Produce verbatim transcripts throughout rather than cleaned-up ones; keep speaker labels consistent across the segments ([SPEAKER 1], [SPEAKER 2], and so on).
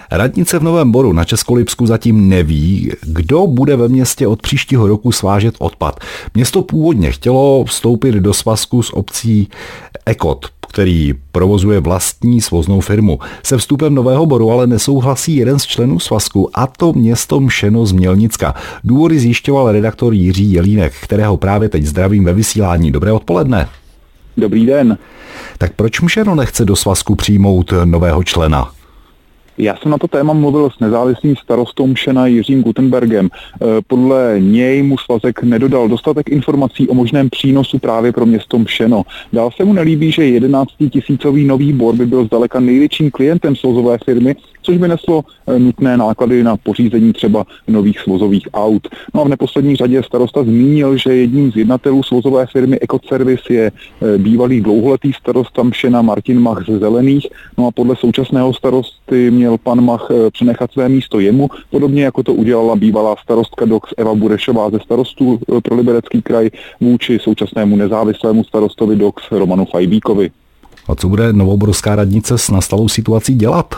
[SPEAKER 1] Radnice v Novém Boru na Českolipsku zatím neví, kdo bude ve městě od příštího roku svážet odpad. Město původně chtělo vstoupit do svazku s obcí Ekot, který provozuje vlastní svoznou firmu. Se vstupem Nového Boru ale nesouhlasí jeden z členů svazku, a to město Mšeno z Mělnicka. Důvody zjišťoval redaktor Jiří Jelínek, kterého právě teď zdravím ve vysílání. Dobré odpoledne.
[SPEAKER 2] Dobrý den.
[SPEAKER 1] Tak proč Mšeno nechce do svazku přijmout nového člena?
[SPEAKER 2] Já jsem na to téma mluvil s nezávislým starostou Mšena Jiřím Gutenbergem. Podle něj mu svazek nedodal dostatek informací o možném přínosu právě pro město Mšeno. Dál se mu nelíbí, že jedenáctitisícový Nový Bor by byl zdaleka největším klientem svozové firmy, což by neslo nutné náklady na pořízení třeba nových svozových aut. No a v neposlední řadě starosta zmínil, že jedním z jednatelů svozové firmy Ekoservice je bývalý dlouholetý starosta Mšena Martin Mach ze Zelených. No a podle současného starosty měl pan Mach přenechat své místo jemu, podobně jako to udělala bývalá starostka Dox Eva Burešová ze Starostů pro Liberecký kraj vůči současnému nezávislému starostovi Dox Romanu Fajbíkovi.
[SPEAKER 1] A co bude novoborská radnice s nastalou situací dělat?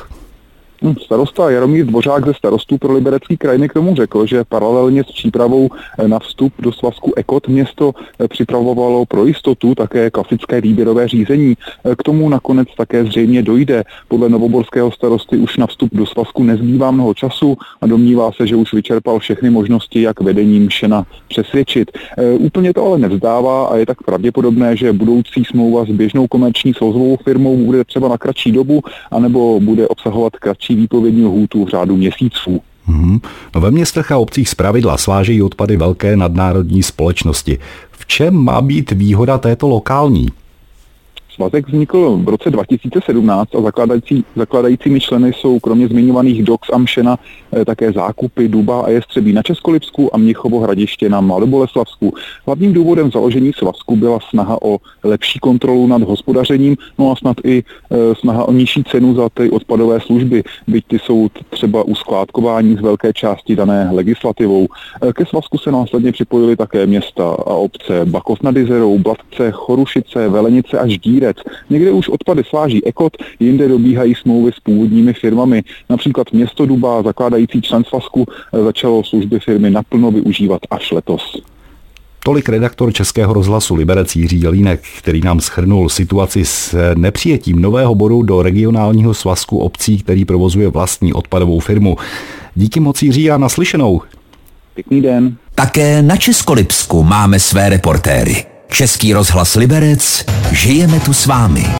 [SPEAKER 2] Starosta Jaromír Dvořák ze Starostů pro Liberecký kraj mi k tomu řekl, že paralelně s přípravou na vstup do svazku Ekot město připravovalo pro jistotu také klasické výběrové řízení. K tomu nakonec také zřejmě dojde. Podle novoborského starosty už na vstup do svazku nezbývá mnoho času a domnívá se, že už vyčerpal všechny možnosti, jak vedení Mšena přesvědčit. E, úplně to ale nevzdává a je tak pravděpodobné, že budoucí smlouva s běžnou komerční svozovou firmou bude třeba na kratší dobu, anebo bude obsahovat kratší výpovědní lhůtu v řádu měsíců.
[SPEAKER 1] Hmm. No ve městech a obcích zpravidla svážejí odpady velké nadnárodní společnosti. V čem má být výhoda této lokální?
[SPEAKER 2] Svazek vznikl v roce dva tisíce sedmnáct a zakladající, zakladajícími členy jsou kromě zmiňovaných Dox a Mšena také Zákupy, Duba a Jestřebí na Českolipsku a Mnichovo Hradiště na Mladoboleslavsku. Hlavním důvodem založení svazku byla snaha o lepší kontrolu nad hospodařením, no a snad i e, snaha o nižší cenu za ty odpadové služby, byť ty jsou třeba uskládkování z velké části dané legislativou. E, ke svazku se následně připojily také města a obce Bakov nad Izerou, Blatce, Chorušice, Velenice a Ždírec. Někde už odpady sváží Ekot, jinde dobíhají smlouvy s původními firmami. Například město Duba, zakládající člen svazku, začalo služby firmy naplno využívat až letos.
[SPEAKER 1] Tolik redaktor Českého rozhlasu Liberec Jiří Jelínek, který nám shrnul situaci s nepřijetím Nového Boru do regionálního svazku obcí, který provozuje vlastní odpadovou firmu. Díky moc, Jiří, a naslyšenou.
[SPEAKER 2] Pěkný den.
[SPEAKER 3] Také na Českolipsku máme své reportéry. Český rozhlas Liberec, žijeme tu s vámi.